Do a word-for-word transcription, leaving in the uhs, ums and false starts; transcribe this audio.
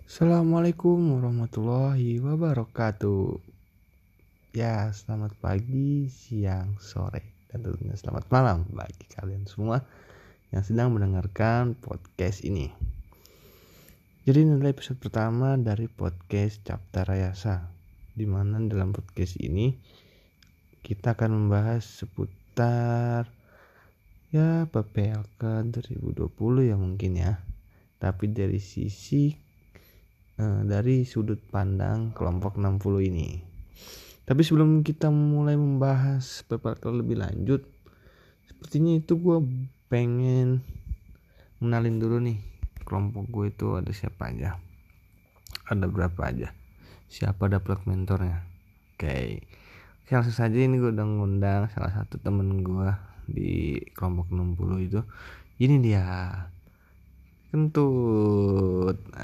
Assalamualaikum warahmatullahi wabarakatuh. Ya, selamat pagi, siang, sore, dan tentunya selamat malam bagi kalian semua yang sedang mendengarkan podcast ini. Jadi ini adalah episode pertama dari podcast Capta Rayasa, di mana dalam podcast ini kita akan membahas seputar ya P P L K dua ribu dua puluh ya mungkin ya, tapi dari sisi dari sudut pandang kelompok enam puluh ini. Tapi sebelum kita mulai membahas P P L K lebih lanjut, sepertinya itu gue pengen mengenalin dulu nih kelompok gue itu ada siapa aja, ada berapa aja, siapa dapet mentornya. Oke, langsung saja ini gue udah ngundang salah satu temen gue di kelompok enam puluh itu. Ini dia, Kentut.